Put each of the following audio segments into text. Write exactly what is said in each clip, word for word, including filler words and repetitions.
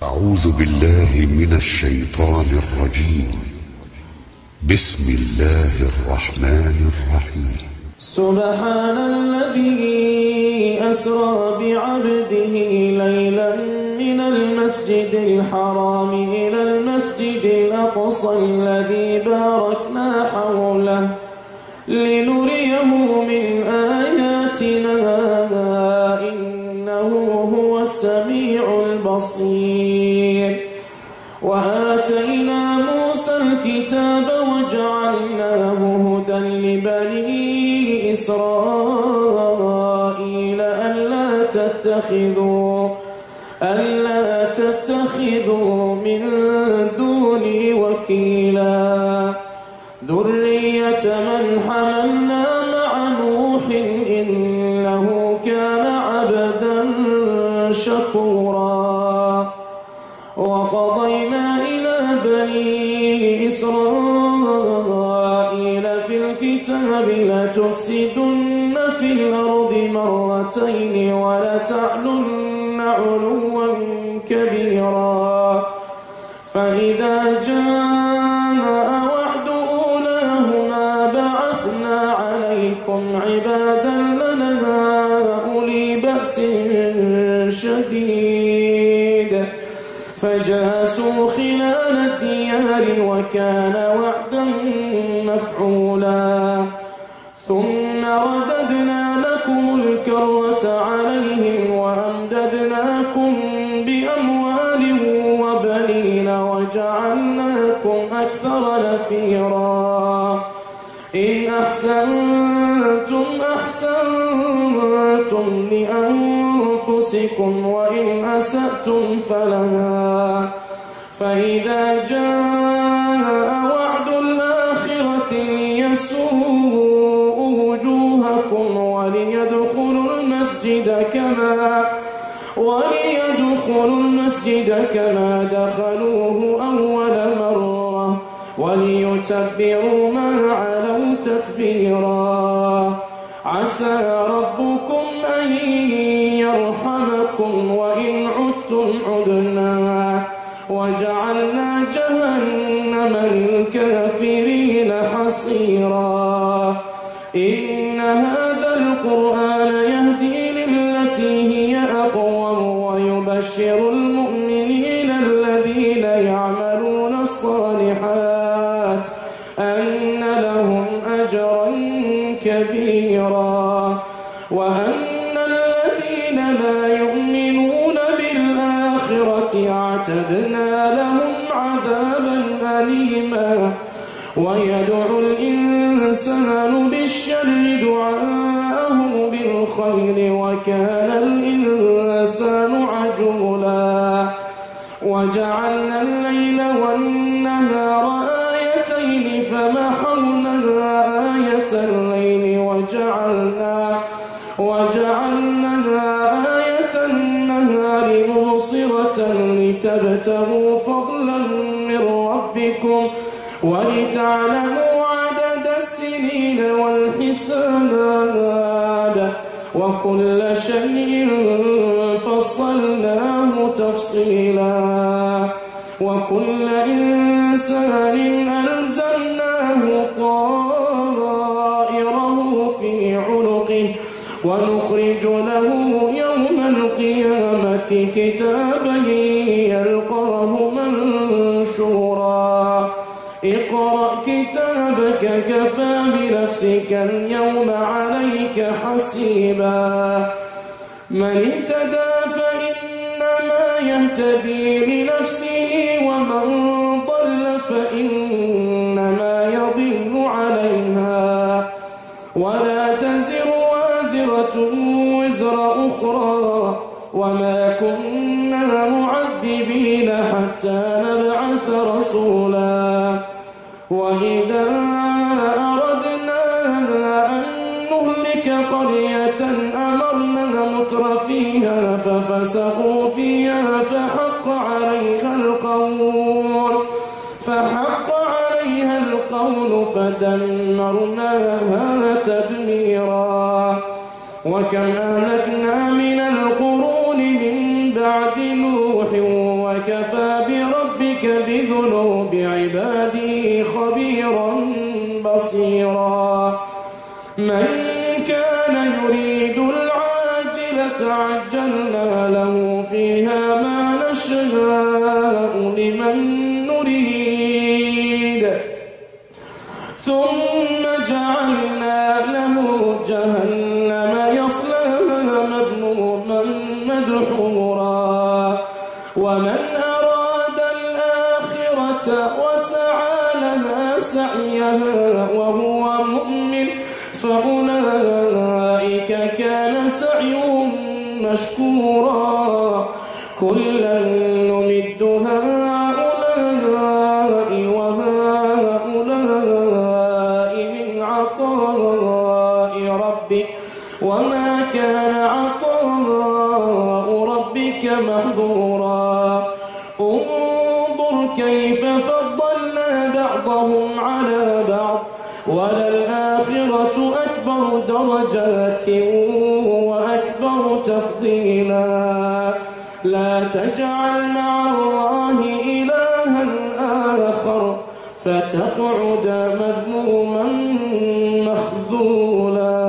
أعوذ بالله من الشيطان الرجيم. بسم الله الرحمن الرحيم. سبحان الذي أسرى بعبده ليلا من المسجد الحرام إلى المسجد الأقصى الذي باركنا حوله لنريه من آياتنا إنه هو السميع البصير. وآتينا موسى الكتاب وجعلناه هدى لبني إسرائيل ألا تتخذوا ألا تتخذوا من دوني وكيلا ذرية من حملنا مع نوح إنه كان عبدا شكورا. وقضينا إلى بني إسرائيل في الكتاب لتفسدن في الأرض مرتين ولتعلن علوا كبيرا. فإذا جاء وعد أولاهما بعثنا عليكم عبادا لنا أولي بأس شديد فجاسوا خلال الديار وكان وعدا مفعولا. ثم رددنا لكم الكرة عليهم وأمددناكم بأموال وبنين وجعلناكم أكثر نفيرا. إن أحسنتم أحسنتم لأنفسكم وإن أسأتم فلها. فإذا جاء وعد الآخرة ليسوءوا وجوهكم وليدخلوا المسجد كما وليدخلوا المسجد كما دخلوه أول مرة وليتبروا ما علوا تتبيرا. عسى ربكم أن يرحمكم وإن عدتم عدنا وجعلنا جهنم للكافرين حصيرا. إن هذا القرآن يهدي للتي هي أقوم ويبشر المؤمنين الذين يعملون الصالحات أن لهم أجرا كبيرا وأن الذين لا يؤمنون بالآخرة اعتدنا لهم عذابا أليما. ويدعو الإنسان بالشر دعاءه بالخير وكان الإنسان عجولا. وجعلنا الليل والنهار آيتين فمحونا آية الليل وجعلنا وجعلنا آية النهار مبصرة لتبتغوا فضلا من ربكم ولتعلموا عدد السنين والحساب وكل شيء فصلناه تفصيلا. وكل إنسان ألزمناه طائره في عنقه ونخرج له يوم القيامة كتابا يلقاه منشورا. اقرأ كتابك كفى بنفسك اليوم عليك حسيبا. من اهتدى فإنما يهتدي لنفسه ومن ضل فإنما يضل عليها ولا تزر وازرة وزر أخرى وما كنا معذبين حتى نبعث رسولا. وإذا أردنا أن نهلك قرية أمرنا مترفيها ففسقوا فيها فحق عليها القول فحق عليها القول فدمرناها تدميرا. وكم أهلكنا من القرون من بعد نوح كفى بربك بذنوب عباده خبيرا بصيرا من كان يريد العاجلة عجلنا له فيها ما نشاء لمن نريد ثم جعلنا له جهنم يصلاها مذموما مدحورا ومن أراد الآخرة وسعى لها سعيها وهو مؤمن فأولئك كان سعيهم مشكورا كلا نمد هؤلاء وهؤلاء من عطاء ربك وما كان عطاء ربك محظورا انظر كيف فضلنا بعضهم على بعض وللآخرة أكبر درجات وأكبر تفضيلا لا تجعل مع الله إلها آخر فتقعد مذموما مخذولا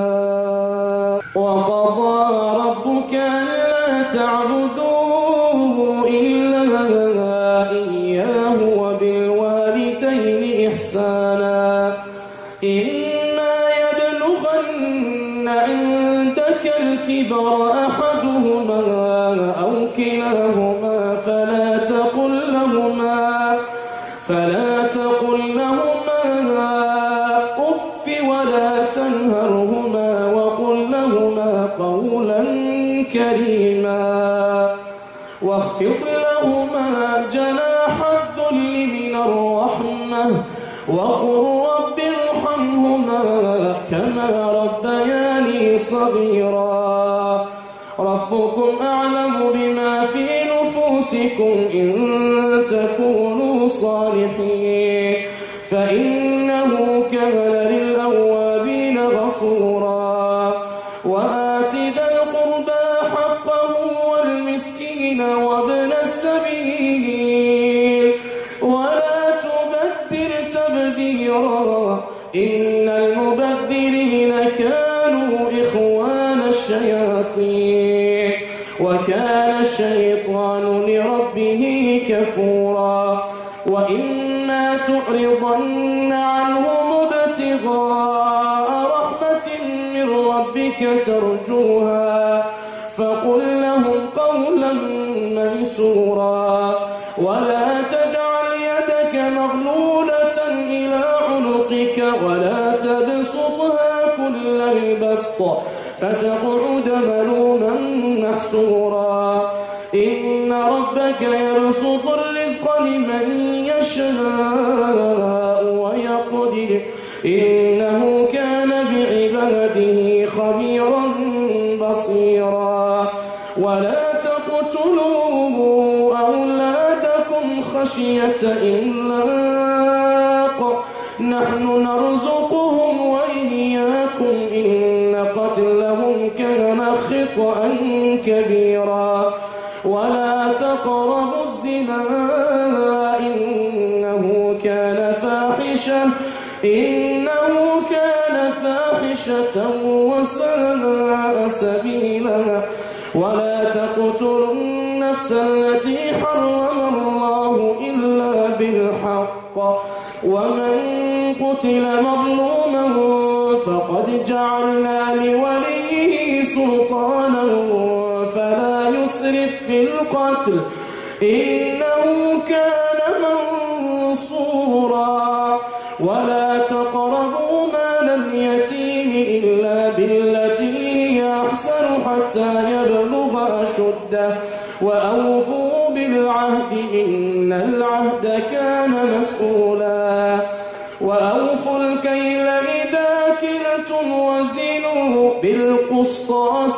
وقضى ربك ألا تعبدوا إلا إياه وبالوالدين إحسانا إما يبلغن عندك الكبر أحدهما أو كلاهما فلا تقل لهما فلا تقل لهما أف ولا تنهرهما وقل لهما قولا كريما واخفض لهما جناح الذل من الرحمة وقل رب ارحمهما كما ربياني صغيرا ربكم أعلم بما في نفوسكم إن تكونوا صالحين فإنه كان للأوابين غفورا وآت ذا القربى حقه والمسكين وابن السبيل ولا تبذر تبذيرا إن المبذرين كانوا إخوان الشياطين وكان الشيطان لربه كفورا وإما تعرضن عنهم ابتغاء رحمة من ربك ترجوها فقل لهم قولا منصورا ولا تجعل يدك مغلولة إلى عنقك ولا تبسطها كل البسط فتقعد ملوما محسورا إن ربك يبسط الرزق لمن يشاء ويقدر إنه كان بعباده خبيرا بصيرا ولا تقتلوا أولادكم خشية إملاق نحن نرزقهم وإياكم إن قتلهم كان خطأ كبيرا ولا تقربوا الزنا إنه كان فاحشة إنه كان فاحشة وساء سبيلا ولا تقتلوا النفس التي حرم الله إلا بالحق ومن قتل مظلوما فقد جعلنا لوليه سلطانا فلا يسرف في القتل إنه كان منصورا ولا تقربوا مال اليتيم إلا بالتي هي أحسن حتى يبلغ أشده وأوفوا بالعهد إن العهد كان مسؤولا وأوفوا الكيل إذا كلتم وزنوا بالقسطاس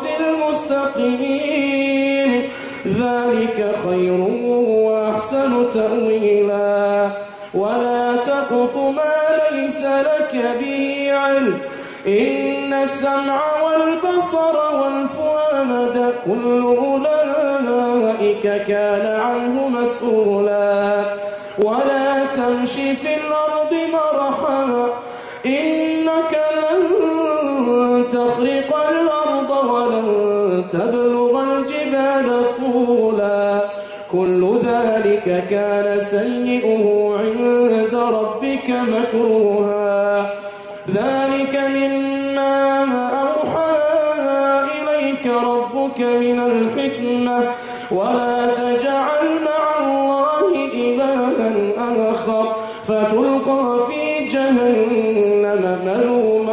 المستقيم ذلك خير وأحسن تأويلا ولا تقف ما ليس لك به علم إن السمع والبصر والفؤاد كل أولئك ربك كان عنه مسؤولا ولا تمش في الأرض مرحا إنك لن تخرق الأرض ولن تبلغ الجبال طولا كل ذلك كان سيئه عند ربك مكروها ذلك مما أوحى إليك ربك من الحكمة ولا تجعل مع الله إلها آخر فتلقى في جهنم ملوما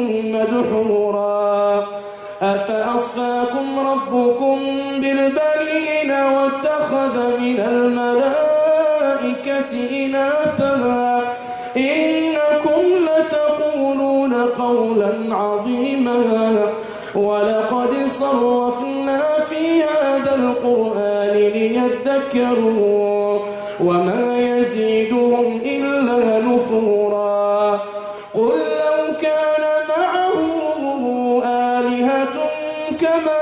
مدحورا أفأصفاكم ربكم بالبنين واتخذ من الملائكة إناثا إنكم لتقولون قولا عظيما ولقد صرفنا في هذا القرآن ليذكروا وما يزيدهم إلا نفورا قل لو كان معه آلهة كما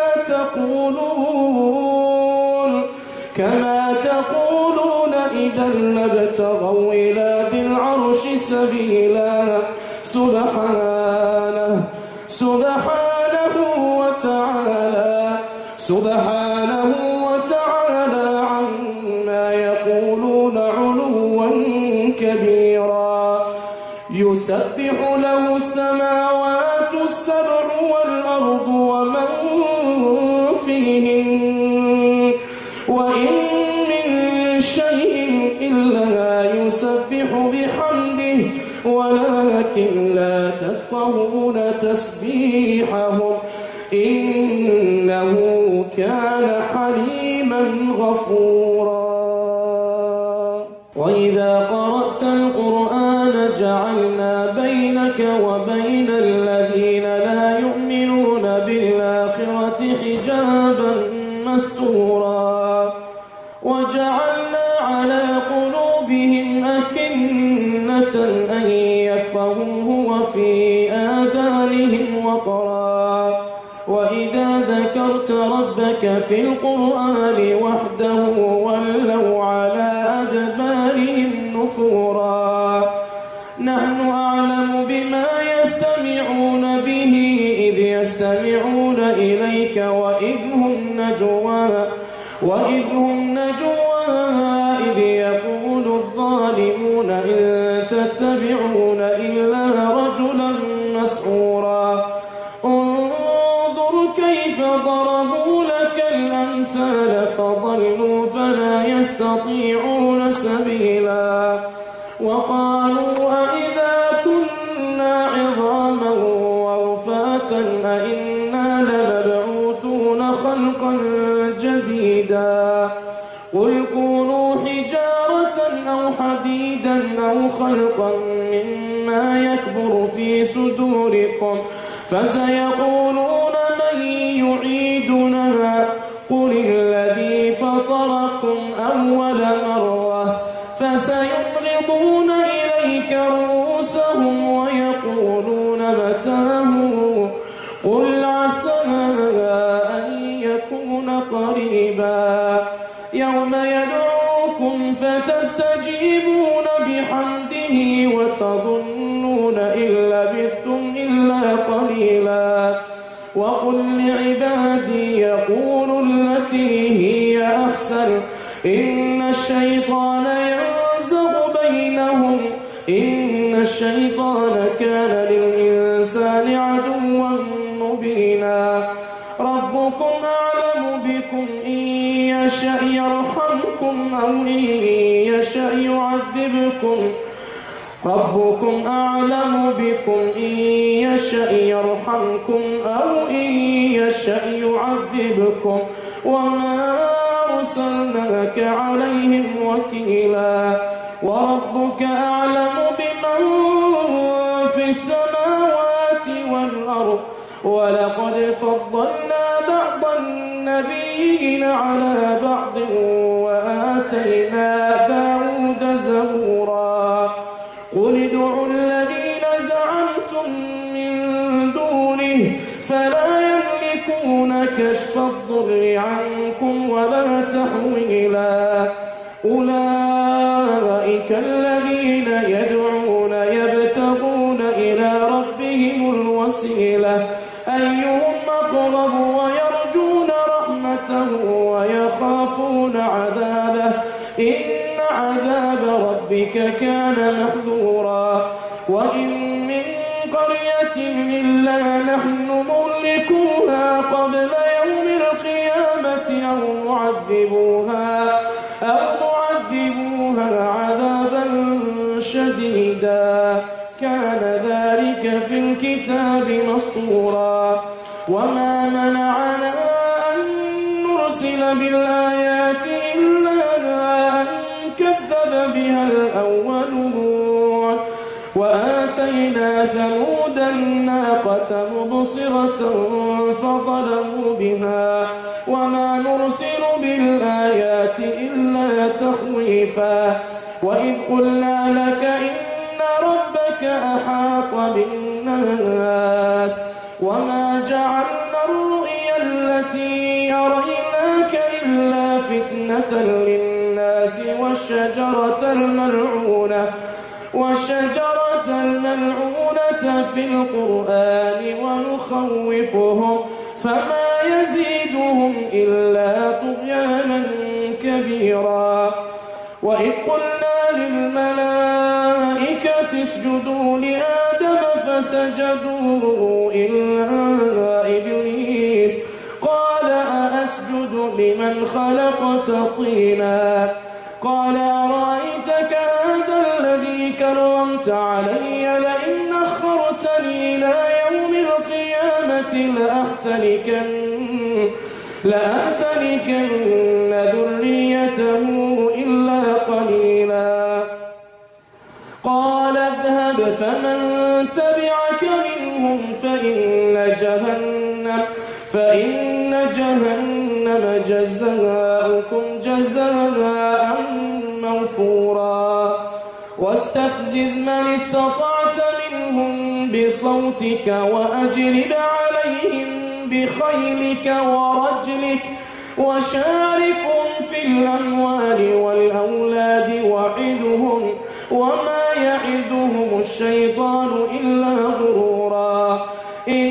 تقولون كما تقولون إذا لابتغوا إلى ذي العرش سبيلا سبحانه سبحانه وتعالى سبحانه وتعالى عما يقولون علوا كبيرا يسبح له السماوات السبع والأرض ومن فيهن وإن من شيء إلا يسبح بحمده ولكن لا تفقهون تسبيحهم إنه كان حليما غفورا وإذا قرأت القرآن جعلنا بينك وبين الذين لا يؤمنون بالآخرة حجابا مستورا وجعلنا على قلوبهم أكنة أن يفقهوه وفي آذانهم وقرا وإذا ذكرت ربك في القرآن وحده ولوا على أدبارهم نفورا نحن أعلم بما يستمعون به إذ يستمعون إليك وإذ هم نجوى وإذ هم نجوى إذ يقول الظالمون إن تتبعون إلا رجلا مسحورا انظر كيف ضربوا لك الأمثال فضلوا فلا يستطيعون سبيلا وقالوا أئذا كنا عظاما ورفاتا أئنا لمبعوثون خلقا جديدا قل كونوا حجارة أو حديدا أو خلقا مما يكبر في صدوركم فسيقولون من يعيدنا قل الذي فطركم أول مرة فسينغضون إليك رؤوسهم ويقولون متاه قل عسى أن يكون قريبا يوم يدعوكم فتستجيبون بحمده وتظنون إن لبثتم إلا قليلا وقل لعبادي يقولوا التي هي أحسن إن الشيطان ينزغ بينهم إن الشيطان كان للإنسان عدوا مبينا ربكم أعلم بكم إن يشأ يرحمكم أو إن يشأ يعذبكم ربكم أعلم بكم إن يشأ يرحمكم أو إن يشأ يعذبكم وما أرسلناك عليهم وكيلا وربك أعلم بمن في السماوات والأرض ولقد فضلنا بعض النبيين على بعض وآتينا داود زبورا قل ادعوا الذين زعمتم من دونه فلا يملكون كشف الضر الضر عنكم ولا تحويلا أولئك الذين يدعون يبتغون إلى ربهم الوسيلة أيهم أقرب ويرجون رحمته ويخافون عذابه إن عذاب ربك كان محذورا وإن من قرية إلا نحن مهلكوها قبل يوم القيامة أو معذبوها أو معذبوها عذابا شديدا كان ذلك في الكتاب مسطورا وما منعنا أن نرسل بالآيات إلا أن كذب بها الأولون وآتينا ثمود الناقة مبصرة فظلموا بها وما نرسل بالآيات إلا تخويفا وإذ قلنا لك إن ربك أحاط بالناس وما جعلنا الرؤيا التي أريناك إلا فتنة للناس والشجرة الملعونة والشجرة الملعونة في القرآن ونخوفهم فما يزيدهم إلا طغيانا كبيرا وإذ قلنا للملائكة اسجدوا لآدم فسجدوا إلا إبليس قال أأسجد لمن خلقت طينا قال أرأيتك هذا الذي كرمت علي لئن أخرتني إلى يوم القيامة لأحتركن لأحتركن ذريته إلا قليلا قال اذهب فمن تبعك منهم فإن جهنم فإن جهنم جزاؤكم جزاء موفورا واستفزز من استطعت منهم بصوتك وأجلب عليهم بخيلك ورجلك وشاركهم في الأموال والأولاد وعدهم وما يعدهم الشيطان إلا غرورا إن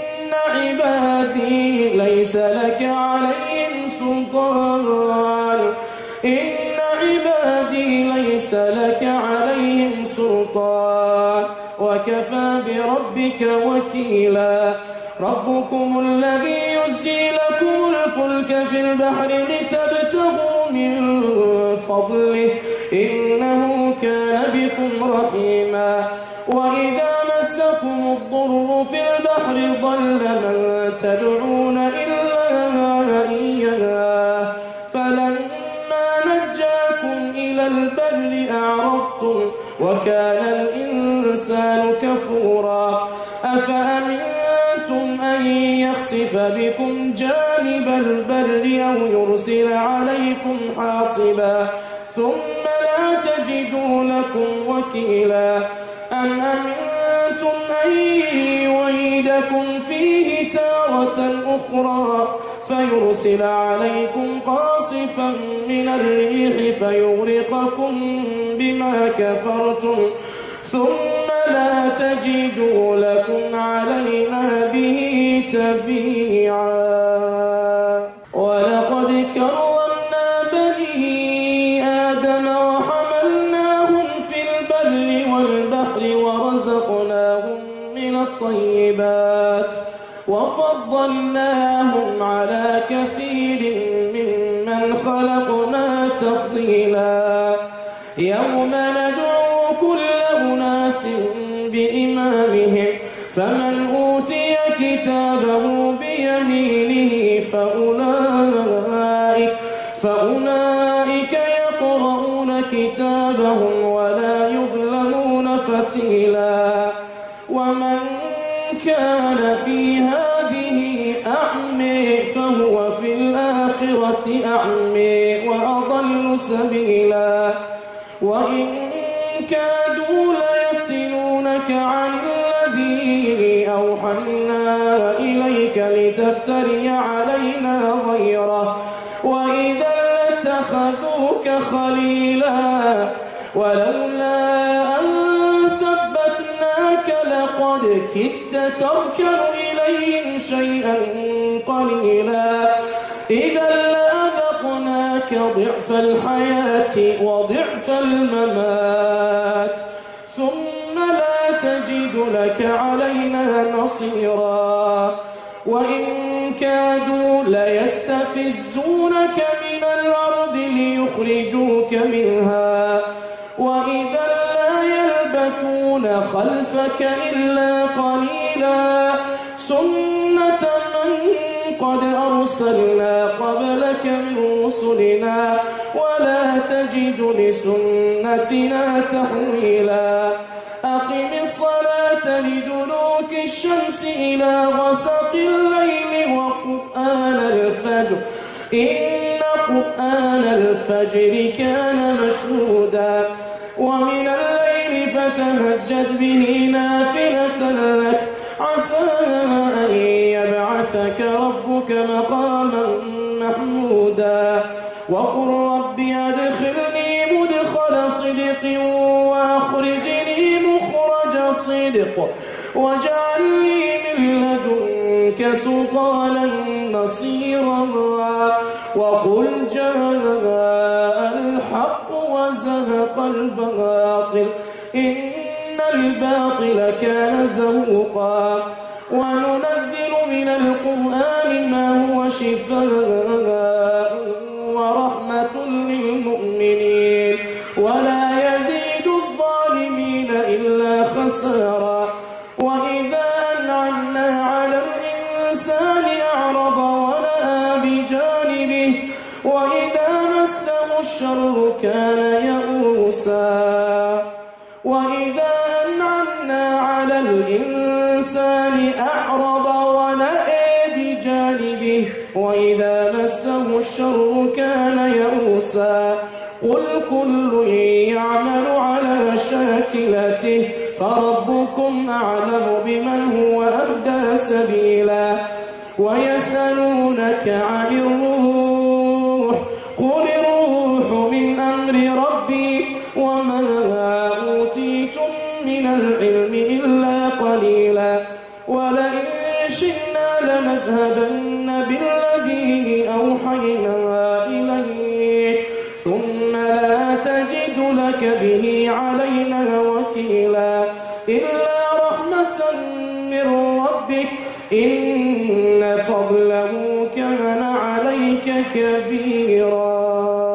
عبادي ليس لك عليهم سلطان إن عبادي ليس لك عليهم سلطان وكفى بربك وكيلا ربكم الذي يزجي لكم الفلك في البحر لتبتغوا من فضله إنه كان بكم رحيما وإذا مسكم الضر في البحر ضل من تدعون إلا إياه فلما نجاكم إلى البر أعرضتم وكان الإنسان كفورا أفأمنتم أن يخسف بكم جانب البر أو يرسل عليكم حاصبا ثم لا تجدوا لكم وكيلا أم أمنتم أن يعيدكم فيه تارة أخرى فيرسل عليكم قاصفا من الريح فيغرقكم بما كفرتم ثم لا تجدوا لكم علينا به تبيعا ولقد كرمنا بني آدم وحملناهم في البر والبحر ورزقناهم من الطيبات وفضلناهم على كثير ممن خلقنا تفضيلا يوم ندعو كل أناس بإمامهم فمن أوتي كتابه بيمينه فأولئك, فأولئك يقرؤون كتابهم ولا يظلمون فتيلا ومن كان في هذه أعمى فهو في الآخرة أعمى وأضل سبيلا وإن كادوا ليفتنونك عن الذي أوحينا إليك لتفتري علينا غيره غيره وإذا لاتخذوك خليلا ولولا أن ثبتناك لقد كدت تركن إليهم شيئا قليلا إذا لأذقناك ضعف الحياة وضعف الممات ثم لا تجد لك علينا نصيرا وإن كادوا ليستفزونك من الأرض ليخرجوك منها وإذا لا يلبثون خلفك إلا قليلا سنة من قد أرسلنا قبلك من رسلنا ولا تجد لسنتنا تحويلا أقم الصلاة لدلوك الشمس إلى غسق الليل وقرآن الفجر إن قرآن الفجر كان مشهودا ومن الليل فتهجد به نافلة لك عسى أن يبعثك ربك مقاما محمودا وقل رب أدخلني مدخل صدق وأخرجني مخرج صدق واجعل لي من لدنك سلطانا نصيرا وقل جاء الحق وزهق الباطل إن الباطل كان زهوقا وننزل من القرآن ما هو شفاء ورحمة للمؤمنين ولا يزيد الظالمين إلا خسارا وإذا أنعمنا على الإنسان أعرض ونأى بجانبه وإذا مسه الشر كان يئوسا وإذا أنعمنا على الإنسان أعرض ونأى بجانبه وإذا مسه الشر كان يئوسا قل كل يعمل على شاكلته فربكم أعلم بمن هو أهدى سبيلا ويسألونك عن الروح قل الروح من أمر ربي وما أوتيتم من العلم إلا قليلا ولئن شئنا لنذهبن بالذي أوحينا إليك ثم لا تجد لك به علينا وكيلا إلا رحمة من ربك إن فضله كان عليك كبيرا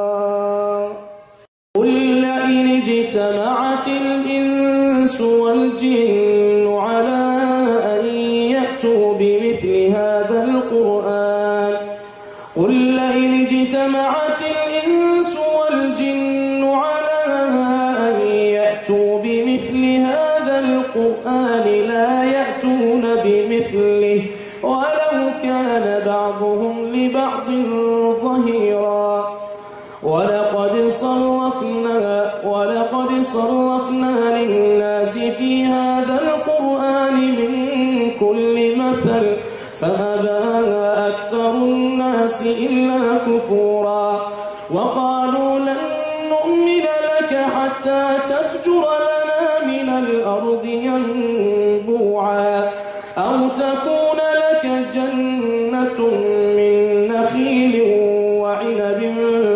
قل لئن اجتمعت الإنس والجن على أن يأتوا بمثل هذا القرآن قل لئن اجتمعت الإنس والجن على أن يأتوا بمثل هذا القرآن لا يأتون بمثله ولو كان بعضهم لبعض ظهيرا ولقد صرفنا ولقد صرفنا للناس في هذا القرآن من كل مثل فأبى أكثر الناس إلا كفورا وقالوا لن نؤمن لك حتى تفجر لنا من الأرض ينبوعا أو تكون لك جنة من نخيل وعنب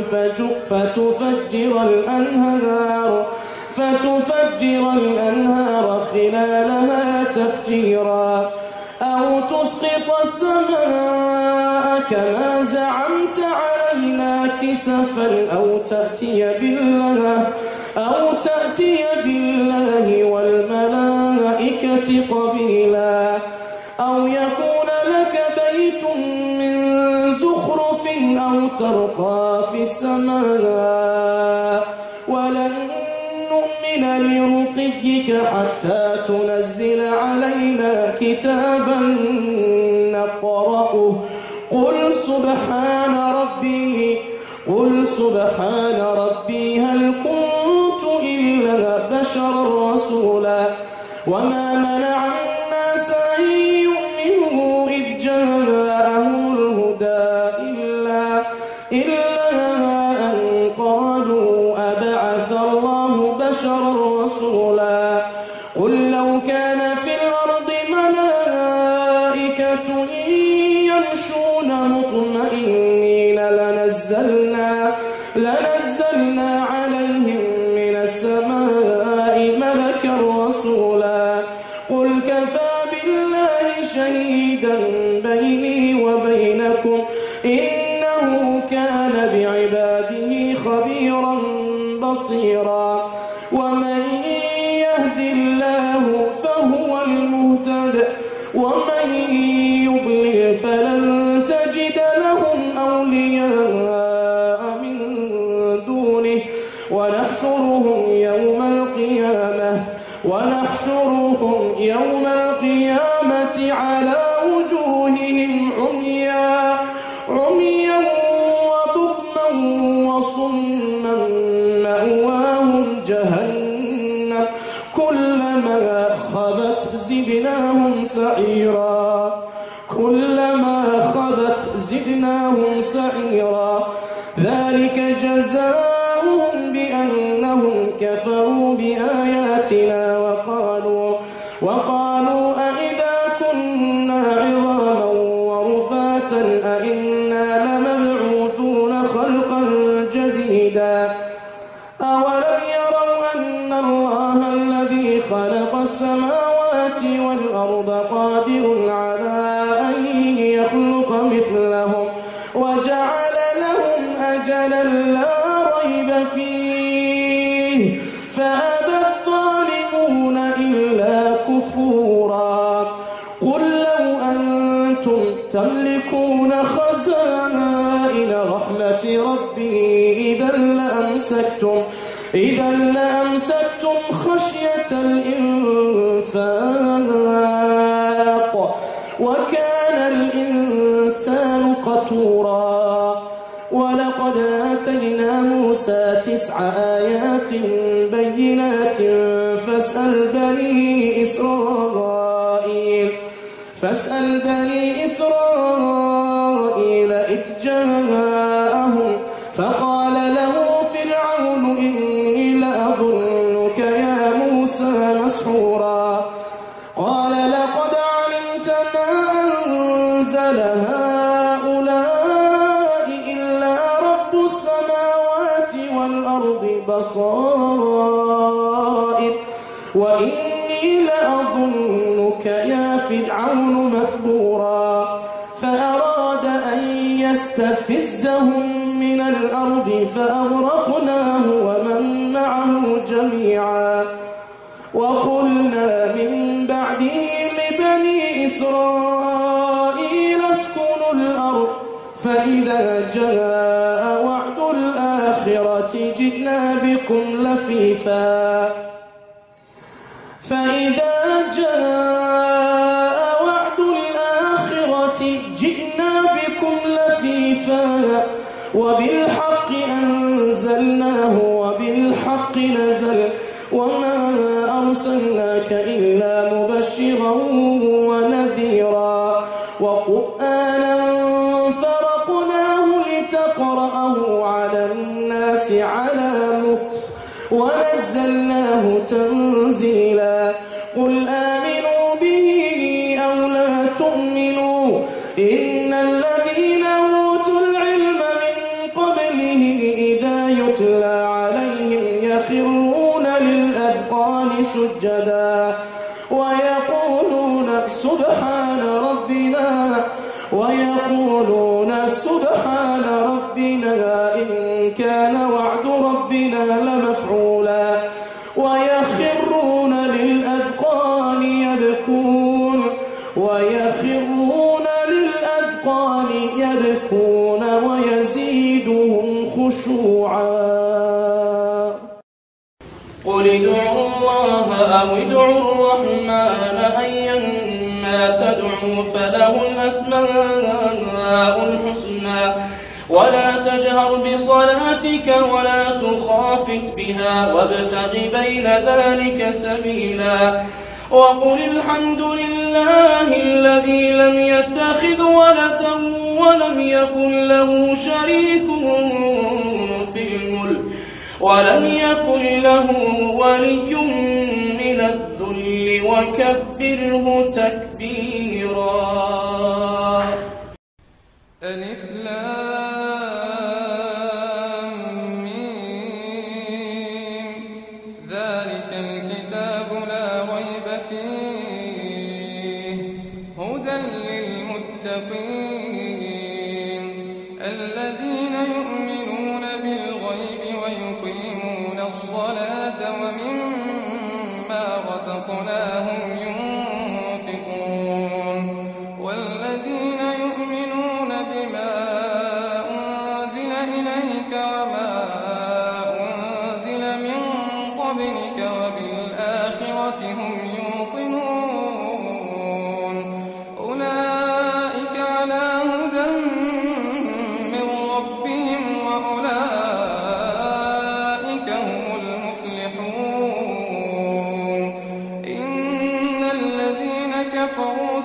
فتفجر الأنهار فتفجر الأنهار خلالها تفجيرا أو تسقط السماء كما زعمت علينا كسفا أو تأتي بالله أو تأتي بالله والملائكة قبيلا أو يكون لك بيت من زخرف أو ترقى في السماء ولن نؤمن لرقيك حتى تنزل علينا كتابا نقرأه قل سبحان ربي قل سبحان ربي هل كنت إلا بشرا رسولا وما منع الناس أن يؤمنوا إذ جاءهم الهدى إلا بشرا رسولا قل لو كان في الأرض ملائكة يمشون مطمئنين لنزلنا, لنزلنا عليهم من السماء ملكا رسولا قل كفى بالله شهيدا بيني وبينكم إنه كان بعباده خبيرا بصيرا ومن يهد الله فهو المهتد ومن يضلل فلن تجد لهم أولياء من دونه ونحشرهم يوم القيامة ونحشرهم يوم القيامة على وجوههم عميا عميا وبكما وصما مأواهم جهنم كلما خبت زدناهم سعيرا كلما خبت زدناهم سعيرا ذلك جزاؤهم بأنهم كفروا بآياتنا وقالوا وقالوا أئذا كنا عظاما ورفاتا أئنا لمبعوثون خلقا جديدا أولم يروا أن الله الذي خلق السماوات والأرض قادر على أن يخلق مثلهم وجعل لهم أجلا لا ريب فيه فأبى الظالمون إلا كفورا قل لو أنتم تملكون خزائن رحمة ربي إذا لأمسكتم إذا لأمسكتم خشية الإنفاق وكان الإنسان قتورا ولقد آتينا موسى تسع آيات بينات فاسأل بني إسرائيل فاسأل بني إسرائيل إذ جاءهم فقال له فرعون إني لأظنك يا موسى مسحورا قال لقد علمت ما أنزل هؤلاء إلا رب السماوات والأرض بصائر وإني لأظنك يا فرعون مثبورا فأراد أن يستفزهم من الأرض فأغرقناه ومن معه جميعا وقلنا من بعده لبني إسرائيل اسكنوا الأرض فإذا جاء وعد الآخرة جئنا بكم لفيفا فإذا جاء وعد الآخرة جئنا بكم لفيفا وبالحق أنزلناه وبالحق نزل وما أرسلناك إلا مبشرا ونذيرا وقرآنا فرقناه لتقرأه على الناس على مكث ونزلناه تنزيلا قل آمنوا به أو لا تؤمنوا إن الذين أوتوا العلم من قبله إذا يتلى عليهم يخرون للأذقان سجدا ويقولون سبحان ربنا ويقولون سبحان ربنا إن كان وعد ربنا لمفعولا ويخرون للأذقان يبكون ويخرون للأذقان يبكون ويزيدهم خشوعا قل ادعوا الله أو ادعوا الرحمن أيما تدعوا فله الأسماء الحسنى ولا تجهر بصلاتك ولا تخافت بها وابتغ بين ذلك سبيلا وقل الحمد لله الذي لم يتخذ ولدا ولم يكن له شريك في الملك ولم يكن له ولي من الذل وكبره تكبيرا. ألف لام ميم ذلك الكتاب لا ريب فيه هدى للمتقين الذين يؤمنون بالغيب ويقيمون الصلاة ومما رزقناهم ينفقون والذين يؤمنون بما أنزل إليك وما أنزل من قبلك وبالآخرة هم يوقنون أولئك على هدى من ربهم وأولئك هم المفلحون إن الذين كفروا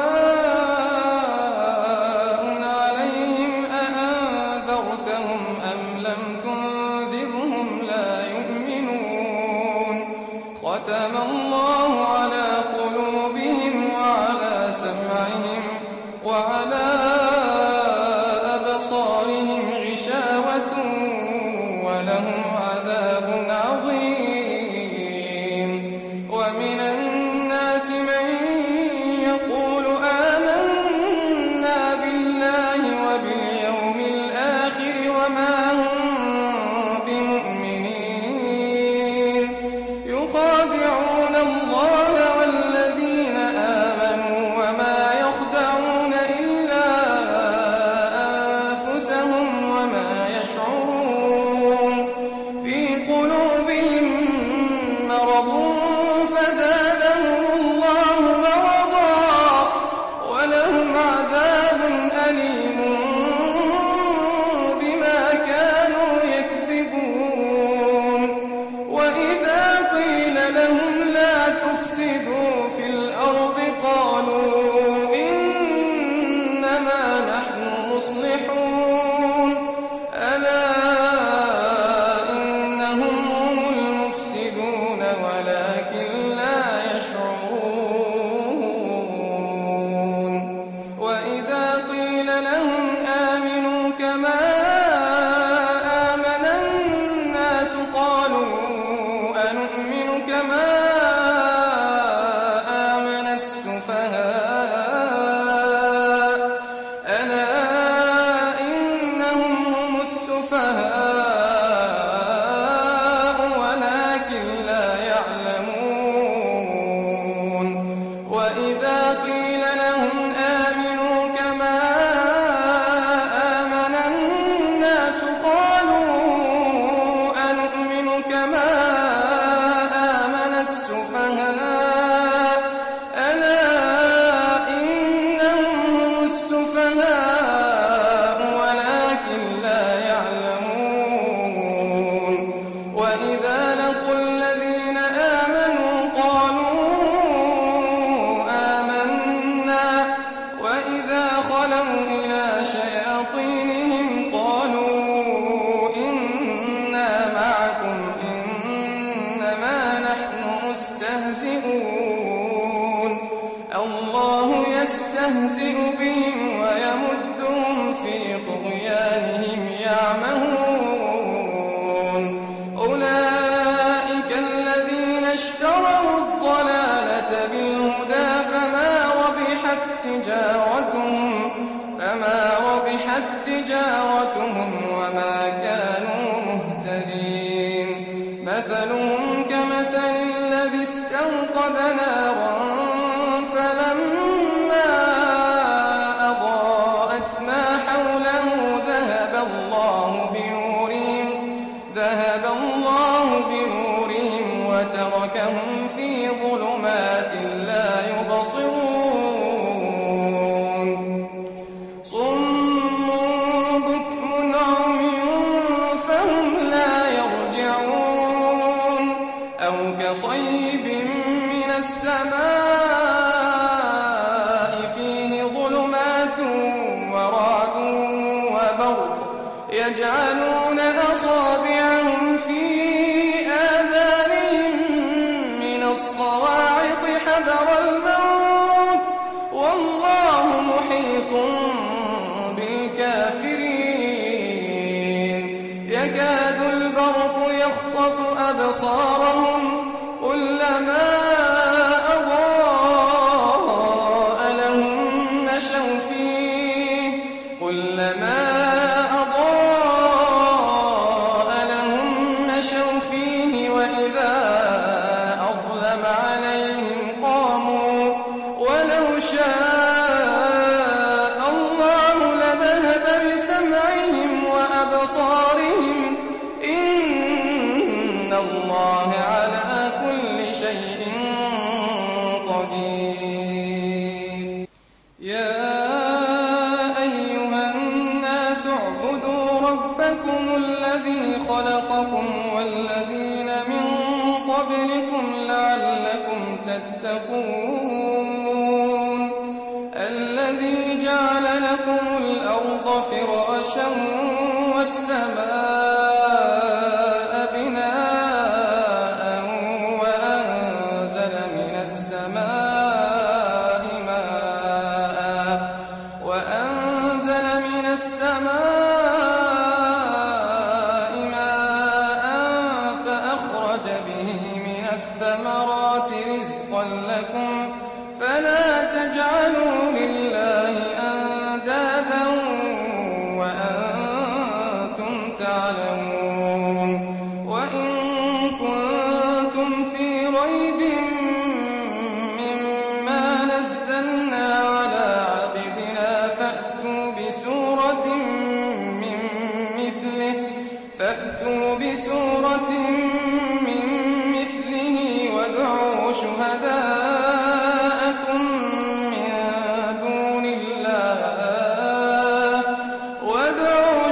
سواء عليهم أأنذرتهم أم لم تنذرهم لا يؤمنون ختم الله على قلوبهم وعلى سمعهم وعلى أبصارهم غشاوة ولهم عذاب عظيم ومن الناس من يقول آمنا بالله وباليوم الآخر وما هم بمؤمنين يخادعون الله والذين آمنوا وما يخدعون إلا أنفسهم وما يشعرون في قلوبهم مرض فزادهم الله مرضا ولهم عذاب أليم بما كانوا يكذبون وإذا قيل لهم لا تفسدوا في الأرض قالوا إنما نحن مصلحون ألا إنهم هم المفسدون ولكن لا يشعرون وإذا قيل لهم آمنوا كما آمن الناس قالوا أنؤمن كما آمن السفهاء ألا إنهم هم السفهاء ولكن لا يعلمون وإذا قيل لهم آمنوا كما آمن الناس قالوا أنؤمن كما آمن السفهاء ألا إنهم هم السفهاء ولكن لا يعلمون وإذا لقوا الذين آمنوا قالوا آمنا وإذا خلوا إلى شياطينهم قالوا إنا معكم إنما نحن مستهزئون الله يستهزئ بهم ويمدهم في طغيانهم يعمهون أولئك الذين اشتروا الضلالة بالهدى فما ربحت تجارتهم فما ربحت تجارتهم وما كانوا مهتدين مثلهم كمثل الذي استوقد نارا فلما أضاءت ما حوله ذهب الله بنورهم ذهب الله بنورهم وتركهم في ظلمات لا يبصرون صم بكم عمي فهم لا يرجعون أو كصيب من السماء فيه ظلمات ورعد وبرق يجعلون أصابعهم في فيه وإذا أظلم عليهم قاموا ولو شاء الله لذهب بسمعهم وأبصارهم إن الله على كل شيء قدير. يا أيها الناس اعبدوا ربكم الذي خلقكم والذين من قبلكم لعلكم تتقون الذي جعل لكم الأرض فراشا والسماء بناء وأنزل من السماء ماء وأنزل من السماء ماء فأخرج به من الثمرات رزقا لكم فلا تجعلوا لله أندادا وأنتم تعلمون. وإن كنتم في ريب مما نزلنا على عبدنا فأتوا بسورة من مثله فأتوا بسورة من مثله وادعوا شهداءكم من دون الله وادعوا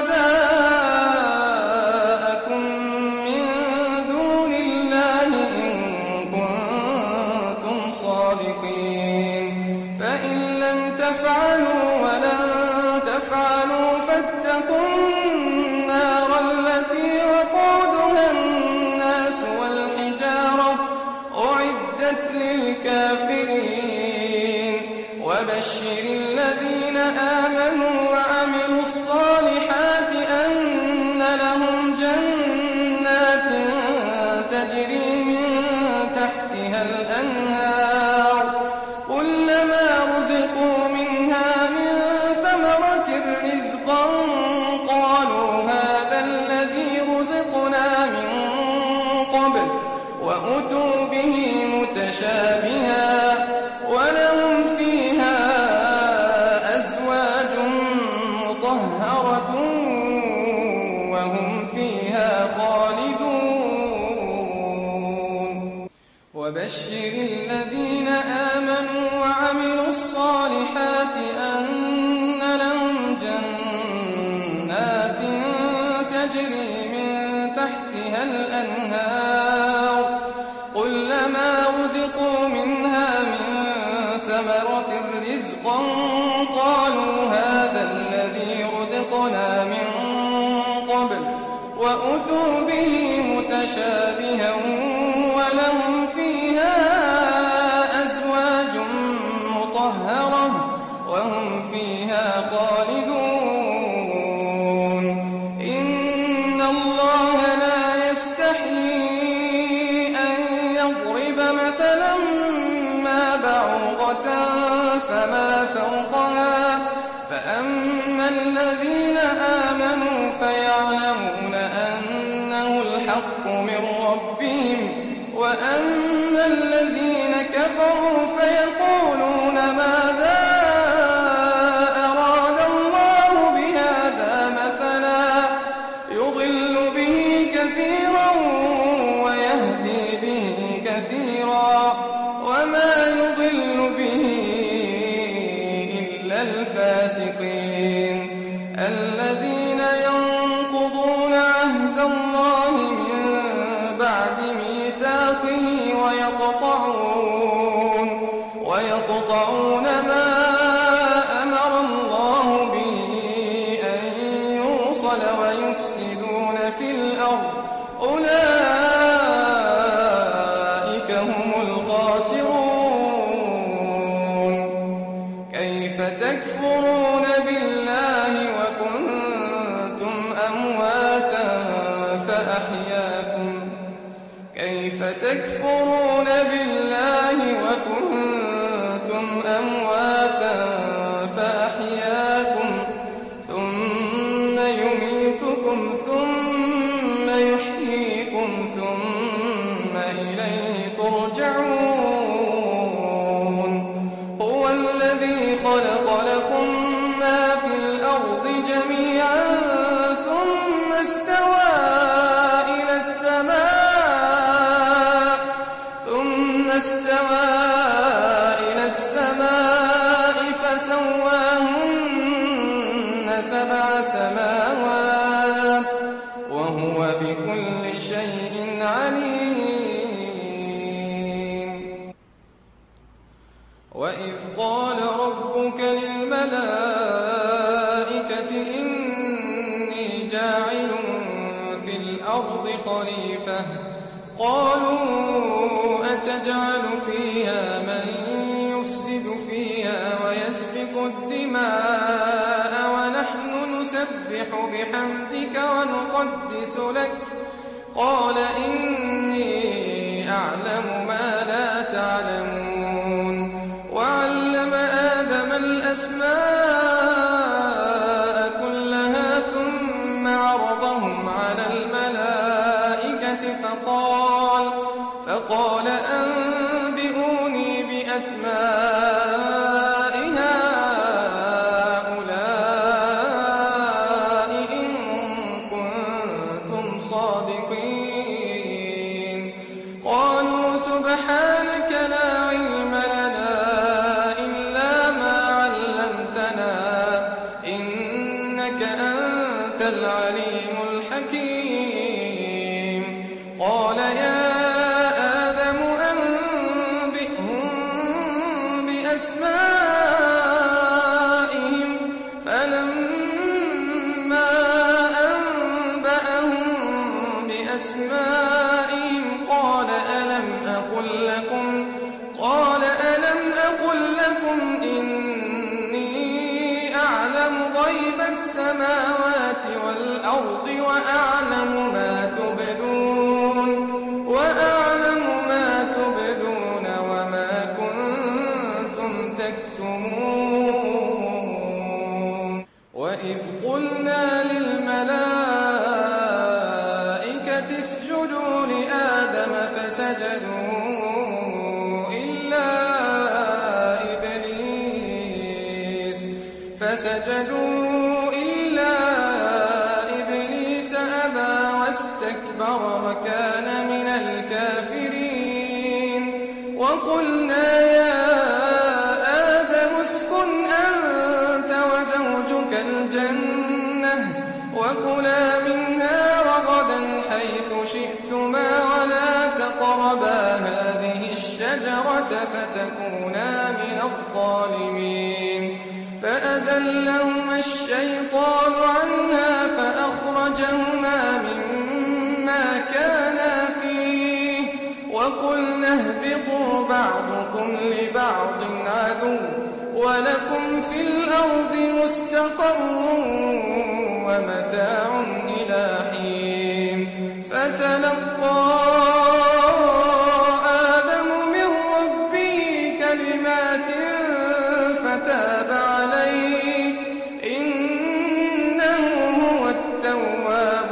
شهداءكم من دون الله إن كنتم صادقين. فإن لم تفعلوا ولن تفعلوا فاتقوا النار التي وقودها الناس والحجارة أعدت للكافرين. وبشر الذين آمنوا وعملوا الصالحات أن لهم جنات تجري من تحتها الأنهار كلما رزقوا منها من ثمرة رزقا قالوا هذا الذي رزقنا من قبل وأتوا به متشابها ولهم فيها أزواج مطهرة وهم فيها خالدون. وبشر الذين آمنوا وعملوا الصالحات أن لهم جنات تجري من تحتها الأنهار كلما رزقوا منها من ثمرة رزقا قالوا هذا الذي رزقنا من قبل وأتوا به متشابها ولهم فيها أزواج مطهرة وهم فيها خالدون. إن الله لا يستحيي أن يضرب مثلا ما بعوضة فما فوقها فأما الذين آمنوا فيعلمون أنه الحق من ربهم وأما الذين كفروا فيقولون ماذا أراد الله بهذا مثلا يضل به كثيرا ويهدي به كثيرا وما يضل به إلا الفاسقين الذين ينقضون عهد الله من بعد ميثاقه ويقطعون ويقطعون ما أمر الله به أن يوصل ويفسدون في الأرض أولئك هم الخاسرون. كيف تكفرون بالله وكنتم أمواتا فأحياكم كيف تكفرون بالله وكنتم أمواتا فأحياكم ثم يميتكم ثم يحييكم إليه ترجعون هو الذي خلق لكم ما في الأرض جميعا ثم استوى إلى السماء ثم استوى إلى السماء فسواهن سبع سماوات وهو بكل شيء عليم وإذ قال ربك للملائكة إني جاعل في الأرض خليفة قالوا أتجعل فيها من يفسد فيها ويسفك الدماء ونحن نسبح بحمدك ونقدس لك قال إني أعلم ما لا تعلمون وعلم آدم الأسماء كلها ثم عرضهم على الملائكة فقال فقال أنبئوني بأسماء هؤلاء إن كنتم صادقين قالوا سبحانك لا علم لنا إلا ما علمتنا إنك أنت العليم الحكيم قال يا آدم أنبئهم بأسمائهم فلما أنبأهم بأسمائهم قال ألم أقل لكم قال ألم أقل لكم إني أعلم غيب السماوات والأرض وأعلم ما تبدون وأعلم ما تبدون وما كنتم تكتمون وإذ قلنا للملائكة اسجدوا لآدم فسجدوا إلا إبليس فسجدوا إلا إبليس أبى واستكبر وكان من الكافرين وقلنا يا آدم اسكن أنت وزوجك الجنة وكلا منها رغدا حيث شئتما ولا تقربا هذه الشجرة فتكونا من الظالمين فأزلهما الشيطان عنها فأخرجهما مما كانا فيه وقلنا اهبطوا بعضكم لبعض عدو ولكم في الأرض مستقر ومتاع إلى حين فتلقى آدم من ربه كلمات فتاب عليه إنه هو التواب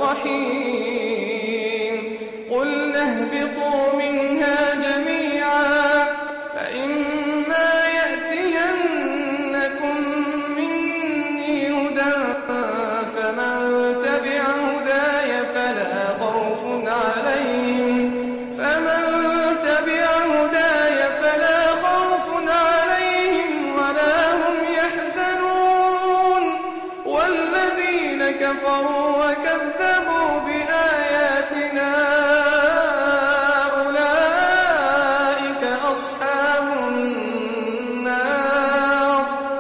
الرحيم قلنا اهبطوا منها جميعا فإما يأتينكم مني هدى فمن تبع هداي فلا خوف عليهم فمن تبع هداي فلا خوف عليهم ولا هم يحزنون والذين كفروا وكذبوا بآياتنا أولئك أصحاب النار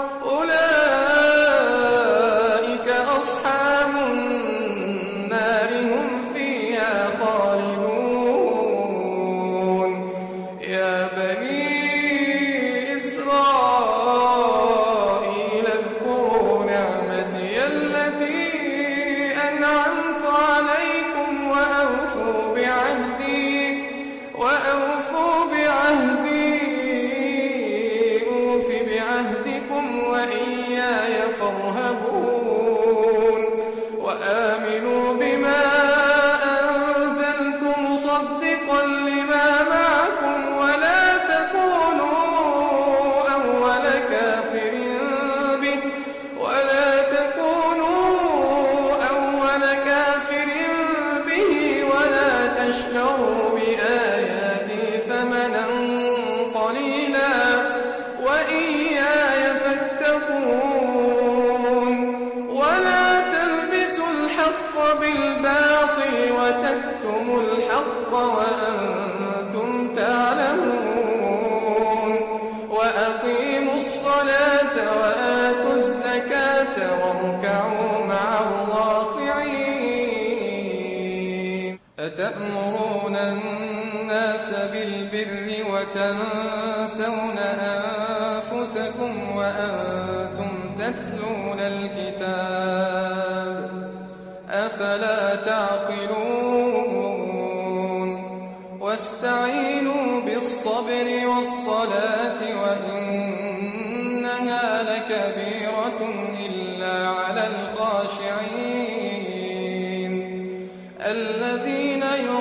أولئك أصحاب النار هم فيها خالدون يا بني إسرائيل اذكروا نعمتي التي أتأمرون الناس بالبر وتنسون أنفسكم وأنتم تتلون الكتاب أفلا تعقلون واستعينوا بالصبر والصلاة وإنها لكبيرة إلا على الخاشعين الذين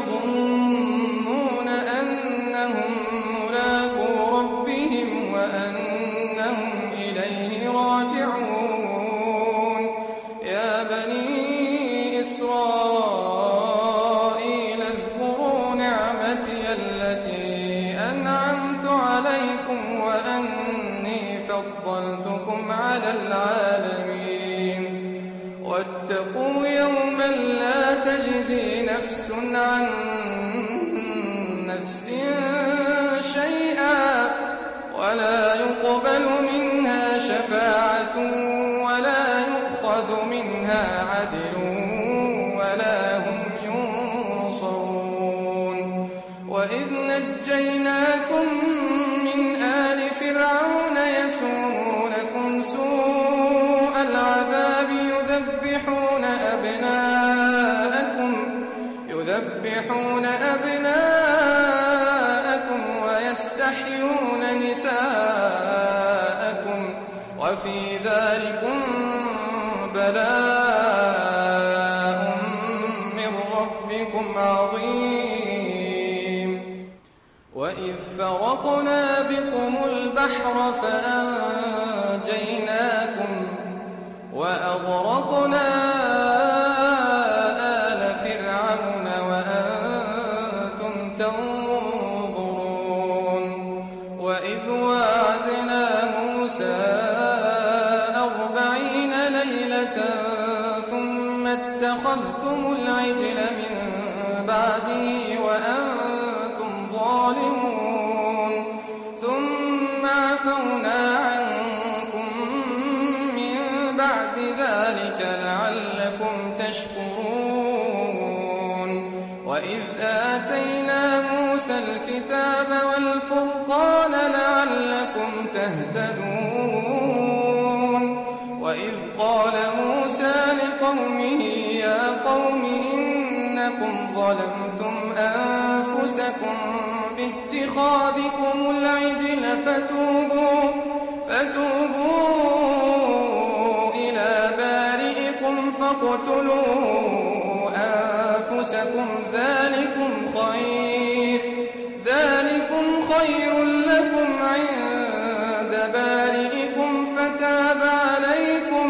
يظنون أنهم ملاقو ربهم وأنهم إليه راجعون يا بني إسرائيل اذكروا نعمتي التي أنعمت عليكم وأني فضلتكم على العالمين واتقوا يوما لا تجزي نفس عن نفس شيئا ولا يقبل منها شفاعة ولا يؤخذ منها عدل ولا هم ينصرون وإذ نجيناكم من آل فرعون يسومونكم سوء العذاب يذبحون أبناءكم يذبحون أبناءكم ويستحيون نساءكم وفي ذلكم بلاء من ربكم عظيم وإذ فرقنا بكم البحر فأنجيناكم وأغرقنا آل فرعون وأنتم تنظرون وإذ واعدنا موسى أربعين ليلة ثم اتخذتم العجل من بعده وأنتم ظالمون ثم عفونا عنكم من بعد ذلك لعلكم تشكرون وإذ آتينا موسى الكتاب والفرقان لعلكم تهتدون وإذ قال موسى لقومه يا قوم إنكم ظلمتم أنفسكم باتخاذكم العجل فتوبوا فتوبوا إلى بارئكم فاقتلوا أنفسكم ذلكم خير ذلكم خير لكم عند بارئكم فتاب عليكم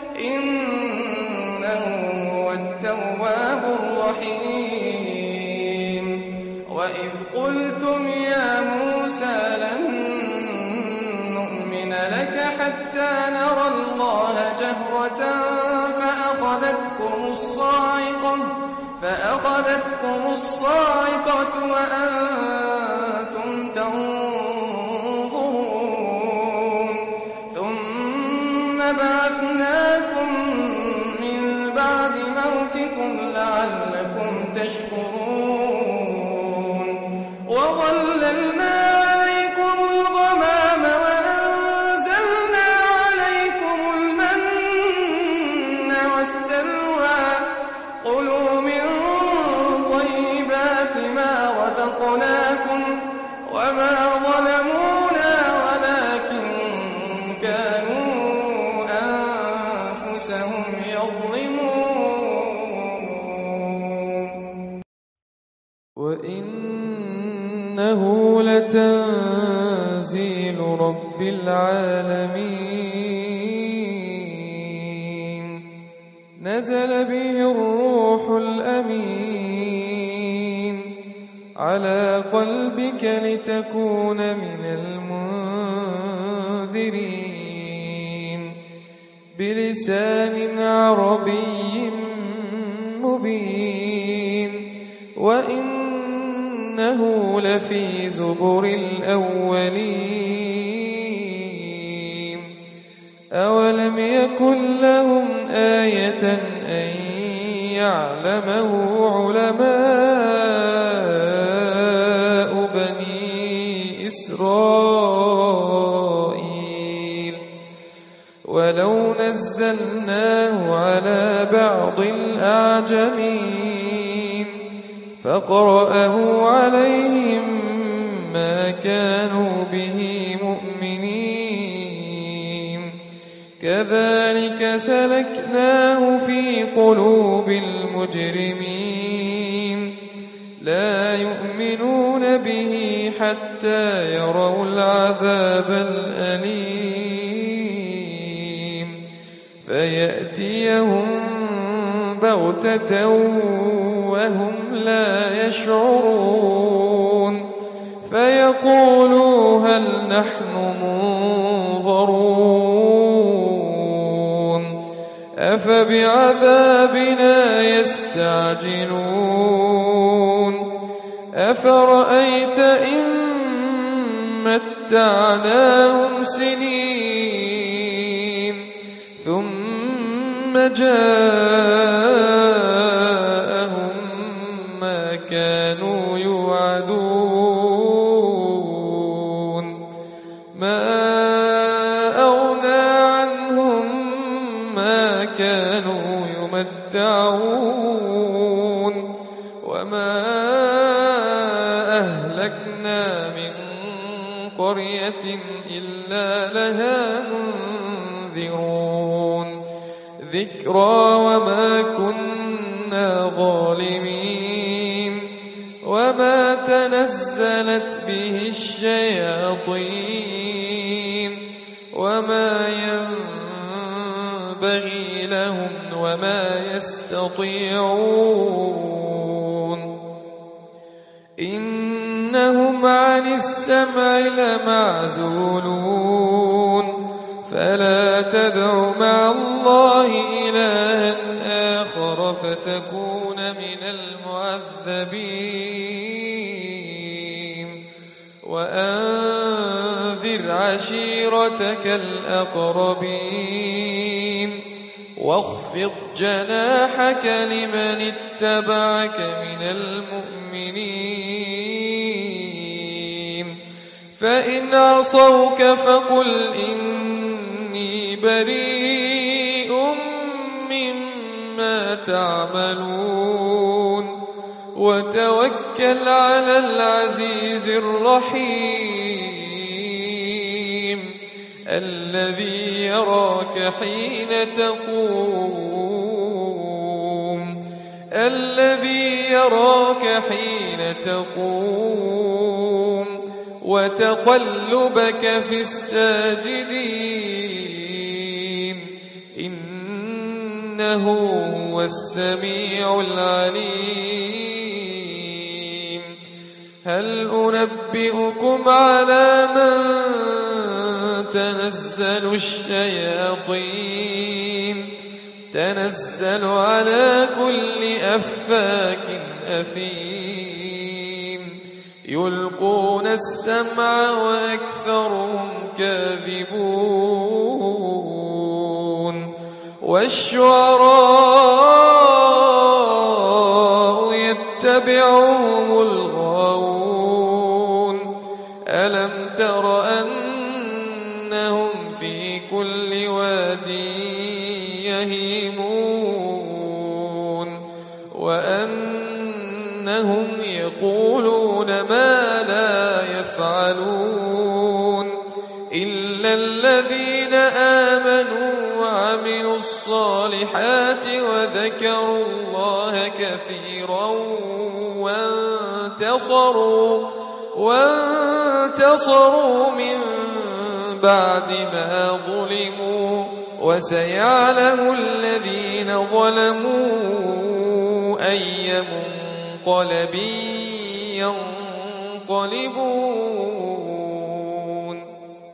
إنه هو التواب الرحيم وإذ قلتم يا موسى لن نؤمن لك حتى نرى الله جهرة فأخذتكم الصاعقة فأخذتكم الصاعقة وأنتم تنظرون ثم بعثناكم من بعد موتكم لعلكم تشكرون وظللنا عليكم الغمام وأنزلنا عليكم المن والسلوى قلوا من طيبات ما رزقناكم وما ظلمونا ولكن كانوا أنفسهم يظلمون وإنه لتنزيل رب العالمين نزل به الروح الأمين على قلبك لتكون من المنذرين بلسان عربي مبين وإنه لفي زبر الأولين أولم يكن لهم آية أن يعلمه علماء إسرائيل ولو نزلناه على بعض الأعجمين فقرأه عليهم ما كانوا به مؤمنين كذلك سلكناه في قلوب المجرمين لا يؤمنون به حتى يروا العذاب الأليم فيأتيهم بغتة وهم لا يشعرون فيقولوا هل نحن منظرون أفبعذابنا يستعجلون أفرأيت إن متعناهم سنين ثم جاءهم ما كانوا يوعدون ما أغنى عنهم ما كانوا يمتعون وما أهلكنا من قرية إلا لها منذرون ذكرى وما كنا ظالمين وما تنزلت به الشياطين وما ينبغي لهم وما يستطيعون إنهم عن السمع لمعزولون فلا تدع مع الله إلها آخر فتكون من المعذبين وأنذر عشيرتك الأقربين واخفض جناحك لمن اتبعك من المؤمنين فإن عصوك فقل إني بريء مما تعملون وتوكل على العزيز الرحيم الذي يراك حين تقوم الذي يراك حين تقوم وتقلبك في الساجدين إنه هو السميع العليم هل أنبئكم على من تنزل الشياطين تنزل على كل أفاك أثيم يلقون السمع وأكثرهم كاذبون والشعراء يتبعهم الغاوون ألم تر أنهم في كل واد يهيمون وأنهم يقولون ما لا يفعلون إلا الذين آمنوا وعملوا الصالحات وذكروا الله كثيرا وانتصروا وانتصروا من بعد ما ظلموا وسيعلم الذين ظلموا أي منقلب ينقلبون.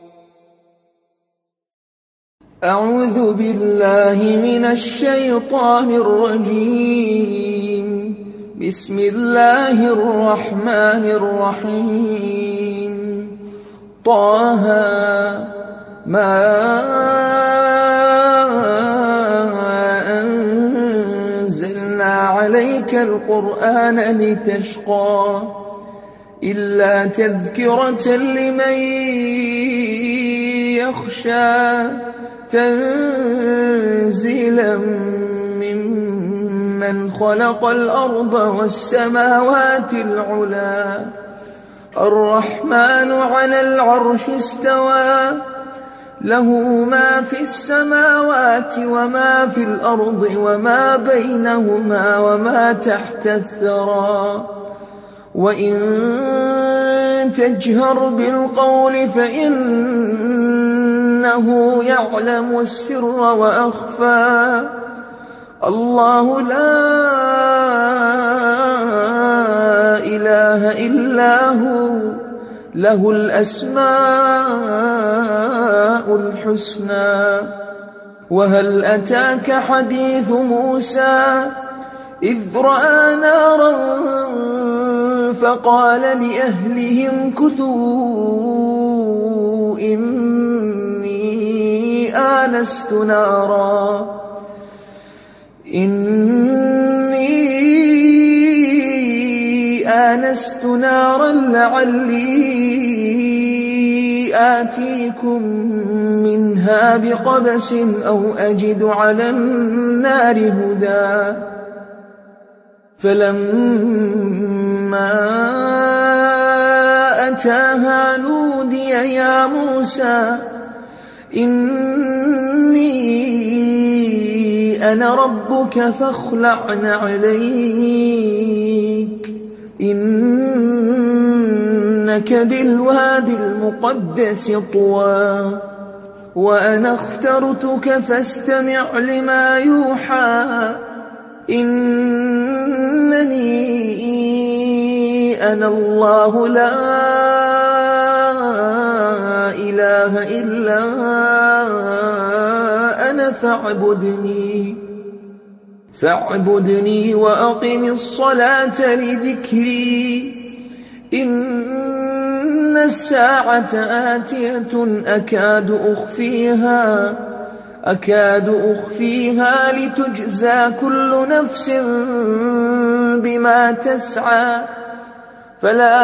أعوذ بالله من الشيطان الرجيم. بسم الله الرحمن الرحيم. طه ما أنزلنا عليك القرآن لتشقى إلا تذكرة لمن يخشى تنزيلا ممن خلق الأرض والسماوات العلى الرحمن على العرش استوى له ما في السماوات وما في الأرض وما بينهما وما تحت الثرى وإن تجهر بالقول فإنه يعلم السر وأخفى الله لا إله إلا هو له الأسماء الحسنى وهل أتاك حديث موسى إذ رأى نارا فقال لأهلهم كثوا إني آنست نارا إني آنست نارا لعلي آتيكم منها بقبس أو أجد على النار هدى فلما أتاها نودي يا موسى إني أنا ربك فاخلع عليك إنك بالوادي المقدس طوى وأنا اخترتك فاستمع لما يوحى إنني أنا الله لا إله إلا أنا فاعبدني فاعبدني وأقم الصلاة لذكري إن الساعة آتية أكاد أخفيها أكاد أخفيها لتجزى كل نفس بما تسعى فلا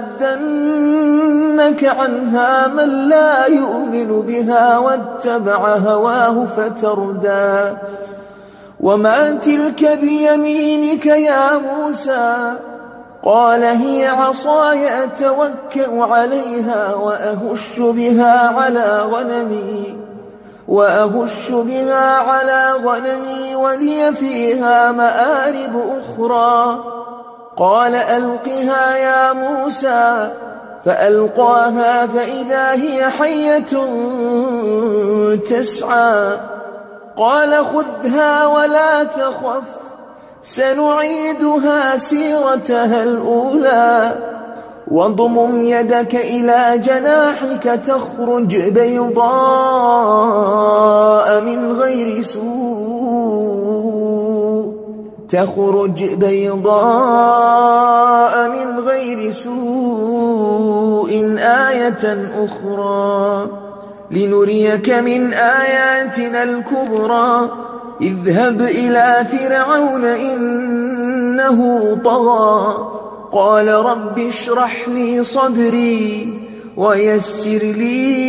يصدنك عنها من لا يؤمن بها واتبع هواه فتردى وما تلك بيمينك يا موسى قال هي عصاي أتوكأ عليها وأهش بها على غنمي وأهش بها على غنمي ولي فيها مآرب أخرى قال ألقها يا موسى فألقاها فإذا هي حية تسعى قال خذها ولا تخف سنعيدها سيرتها الأولى واضمم يدك إلى جناحك تخرج بيضاء من غير سوء تخرج بيضاء من غير سوء آية أخرى لنريك من آياتنا الكبرى اذهب إلى فرعون إنه طغى قال رب اشرح لي صدري ويسر لي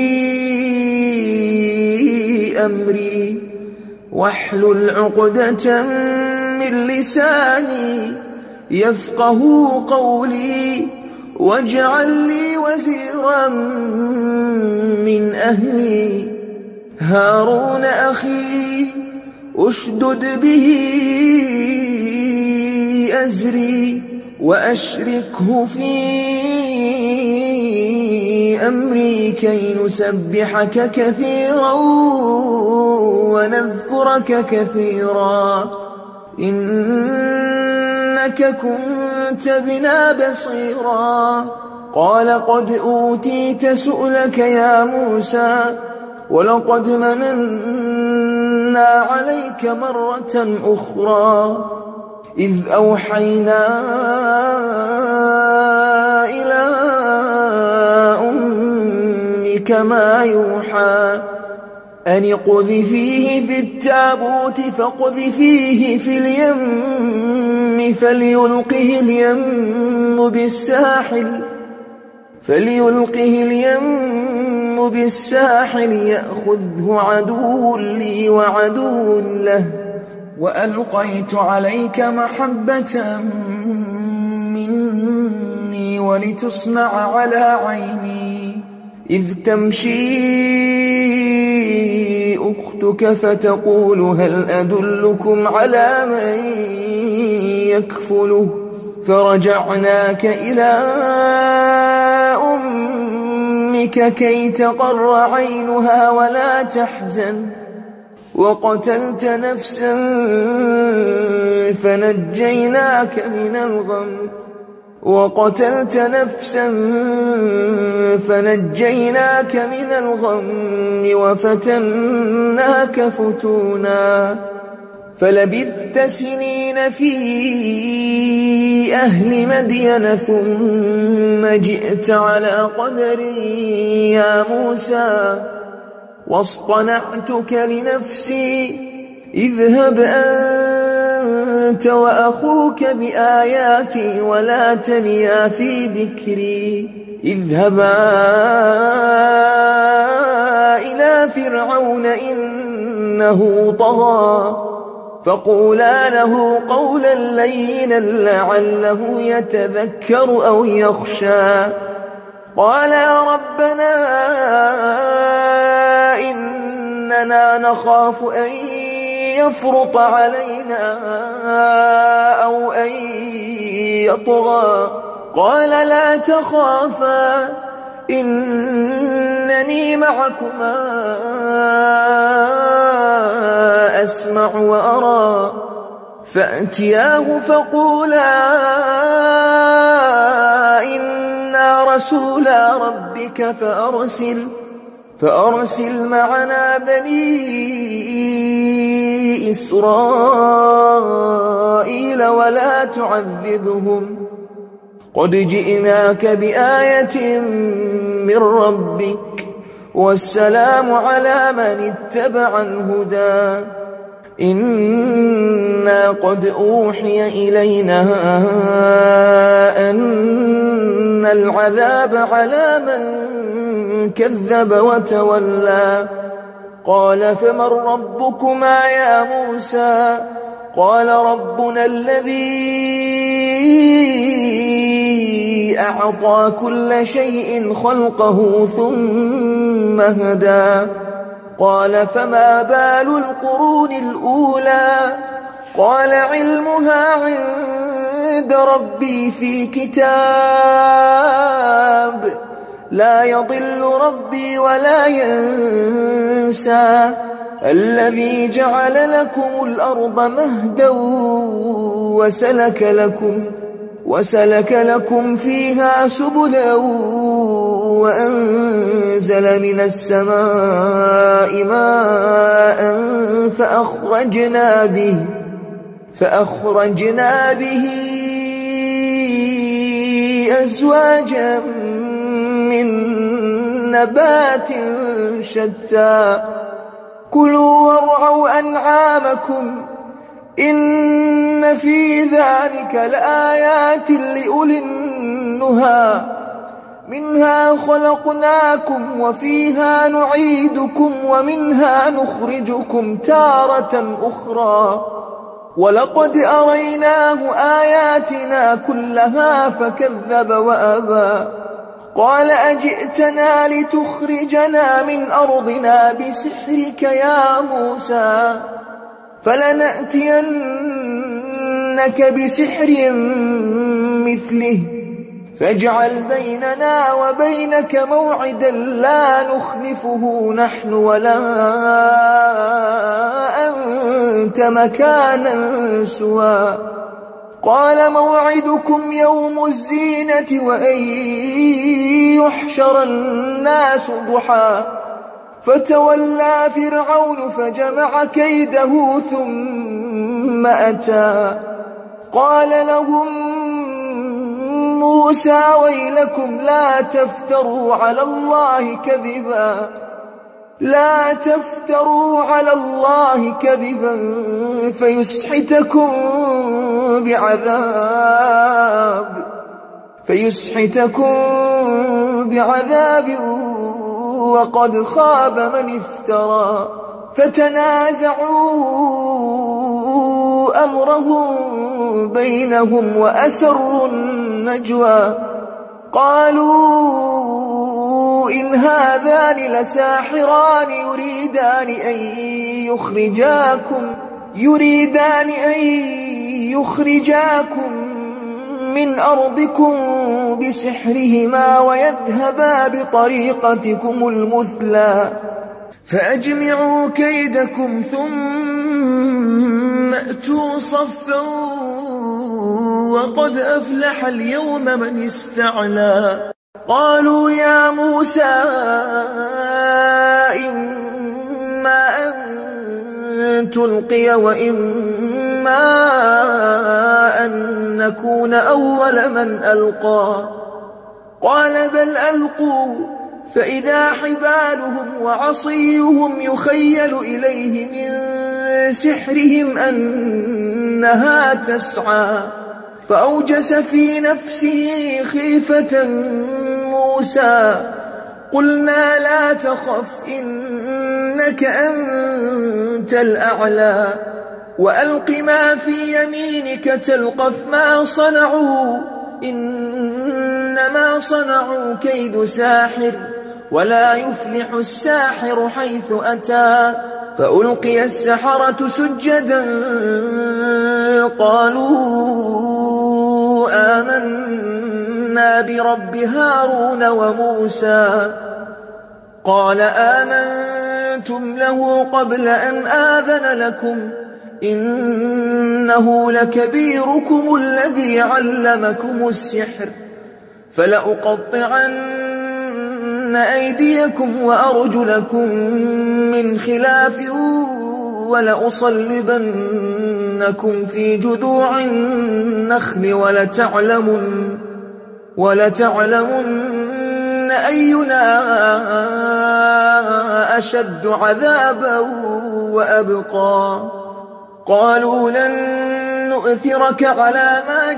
أمري واحلل عقدة من لساني يفقه قولي واجعل لي وزيرا من أهلي هارون أخي أشدد به أزري وأشركه في أمري كي نسبحك كثيرا ونذكرك كثيرا إنك كنت بنا بصيرا قال قد أوتيت سؤلك يا موسى ولقد مننا عليك مرة أخرى إذ أوحينا إلى أمك ما يوحى أن اقذفيه في التابوت فاقذفيه في اليم فليلقه اليم بالساحل فليلقه اليم بالساحل يأخذه عدو لي وعدو له. وألقيت عليك محبة مني ولتصنع على عيني إذ تمشي أختك فتقول هل أدلكم على من يكفله فرجعناك إلى أمك كي تقر عينها ولا تحزن وقتلت نفسا فنجيناك من الغم وقتلت نفسا فنجيناك من الغم وفتناك فتونا فلبثت سنين في أهل مدين ثم جئت على قدر يا موسى واصطنعتك لنفسي اذهب أنت وأخوك بآياتي ولا تنيا في ذكري اذهبا إلى فرعون إنه طغى فقولا له قولا لينا لعله يتذكر أو يخشى قالا ربنا إننا نخاف أن يفرط علينا أو أن يطغى قال لا تخافا إنني معكما أسمع وأرى فأتياه فقولا إنا رسولا ربك فأرسل فأرسل معنا بني إسرائيل ولا تعذبهم قد جئناك بآية من ربك والسلام على من اتبع الهدى إنا قد أوحي إلينا أن العذاب على من كذب وتولى قال فمن ربكما يا موسى قال ربنا الذي أعطى كل شيء خلقه ثم هدى قال فما بال القرون الأولى قال علمها عند ربي في كتاب لا يضل ربي ولا ينسى الذي جعل لكم الأرض مهدا وسلك لكم وسلك لكم فيها سبلا وأنزل من السماء ماء فأخرجنا به فأخرجنا به أزواجا من نبات شتى كلوا وارعوا أنعامكم إن في ذلك لآيات لأولي النهى منها خلقناكم وفيها نعيدكم ومنها نخرجكم تارة أخرى ولقد أريناه آياتنا كلها فكذب وأبى قال أجئتنا لتخرجنا من أرضنا بسحرك يا موسى فلنأتينك بسحر مثله فاجعل بيننا وبينك موعدا لا نخلفه نحن ولا أنت مكانا سوى قال موعدكم يوم الزينة وأن يحشر الناس ضحى فتولى فرعون فجمع كيده ثم أتى قال لهم موسى ويلكم لا تفتروا على الله كذبا لا تفتروا على الله كذبا فيسحتكم بعذاب فيسحتكم بعذاب وقد خاب من افترى فتنازعوا أمرهم بينهم وأسروا النجوى قالوا إن هذان لساحران يريدان أن يخرجاكم يريدان أن يخرجاكم من أرضكم بسحرهما ويذهبا بطريقتكم المثلى فأجمعوا كيدكم ثم أتوا صفا وقد أفلح اليوم من استعلى قالوا يا موسى إما أن تلقي وإما أن نكون أول من ألقى قال بل ألقوا فإذا حبالهم وعصيهم يخيل إليه من سحرهم أنها تسعى فأوجس في نفسه خيفة موسى قلنا لا تخف إنك أنت الأعلى وألق ما في يمينك تلقف ما صنعوا إنما صنعوا كيد ساحر ولا يفلح الساحر حيث أتى فألقي السحرة سجدا قالوا آمنا برب هارون وموسى قال آمنتم له قبل أن آذن لكم إنه لكبيركم الذي علمكم السحر فلأقطعن أيديكم وأرجلكم من خلاف ولأصلبنكم في جذوع النخل ولتعلمن, ولتعلمن أينا أشد عذابا وأبقى قالوا لن نؤثرك على ما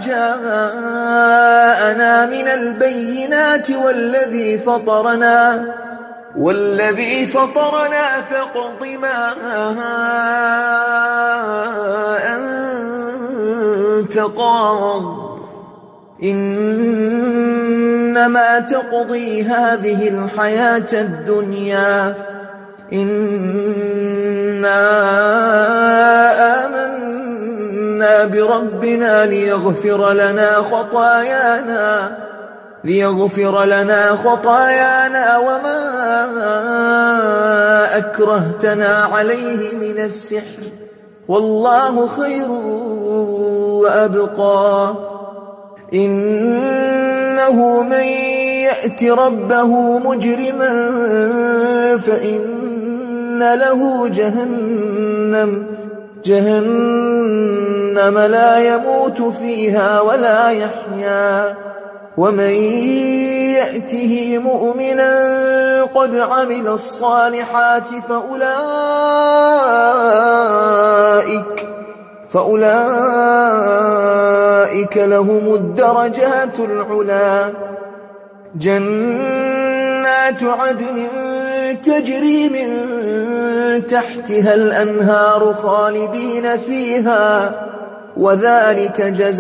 جاءنا من البينات والذي فطرنا والذي فطرنا فاقض ما أنت قاض إنما تقضي هذه الحياة الدنيا إنا آمنا بربنا ليغفر لنا خطايانا ليغفر لنا خطايانا وما أكرهتنا عليه من السحر والله خير وأبقى إنه من يأت ربه مجرما فإن له جهنم جهنم لا يموت فيها ولا يحيا ومن يأته مؤمنا قد عمل الصالحات فأولئك فأولئك لهم الدرجات العلى جنات عدن تجري من تحتها الأنهار خالدين فيها وذلك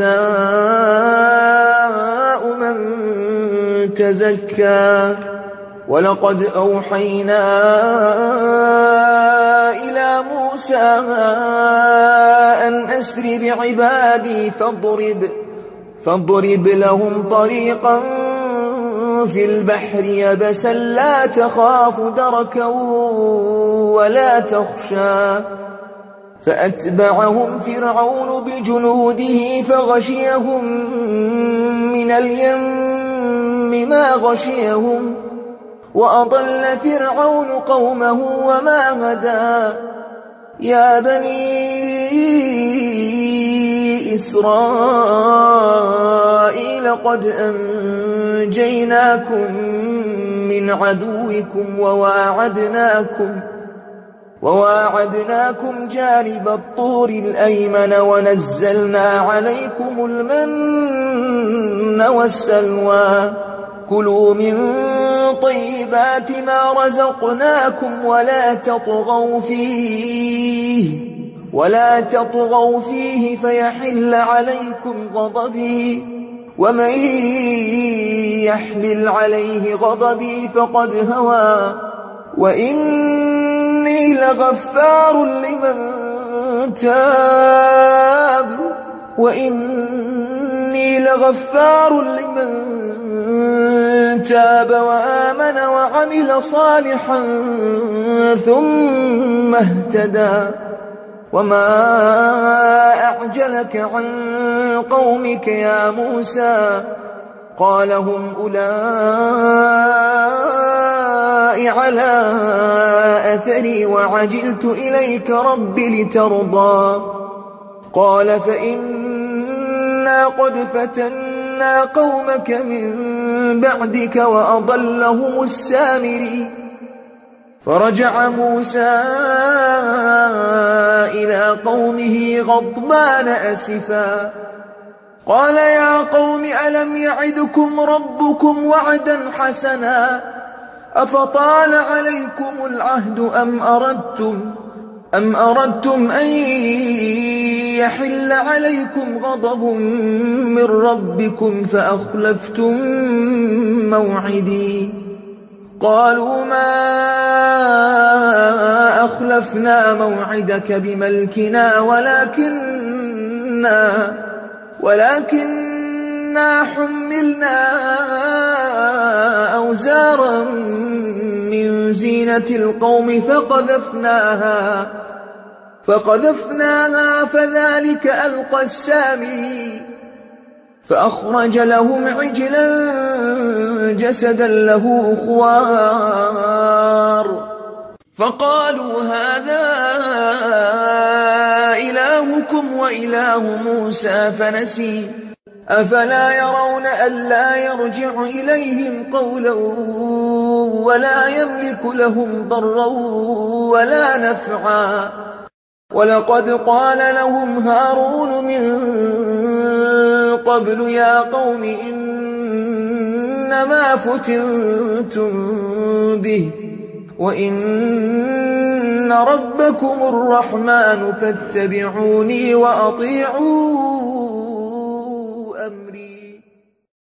جزاء من تزكى ولقد أوحينا إلى موسى أن أسر بعبادي فاضرب, فاضرب لهم طريقا في البحر يبسا لا تخاف دركا ولا تخشى فأتبعهم فرعون بجنوده فغشيهم من اليم ما غشيهم وأضل فرعون قومه وما هدى يا بني إسرائيل قد أنجيناكم من عدوكم وواعدناكم وواعدناكم جانب الطور الأيمن ونزلنا عليكم المن والسلوى كلوا من طيبات ما رزقناكم ولا تطغوا فيه ولا تطغوا فيه فيحل عليكم غضبي ومن يحلل عليه غضبي فقد هوى وإني لغفار لمن تاب وإني لغفار لمن تاب وآمن وعمل صالحا ثم اهتدى وما أعجلك عن قومك يا موسى قال هم أولئك على أثري وعجلت إليك رب لترضى قال فإنا قد فتنا قومك من بعدك وأضلهم السامري فرجع موسى إلى قومه غضبان أسفا قال يا قوم ألم يعدكم ربكم وعدا حسنا أفطال عليكم العهد أم أردتم أم أردتم أن يحل عليكم غضب من ربكم فأخلفتم موعدي قالوا ما أخلفنا موعدك بملكنا ولكننا ولكننا حملنا أوزارا من زينة القوم فقذفناها فقذفناها فذلك ألقى السامري فأخرج لهم عجلا جسدا له خوار فقالوا هذا إلهكم وإله موسى فنسي أفلا يرون ألا يرجع إليهم قولا ولا يملك لهم ضرا ولا نفعا ولقد قال لهم هارون من قبل يا قوم إنما فتنتم به وإن ربكم الرحمن فاتبعوني وأطيعوا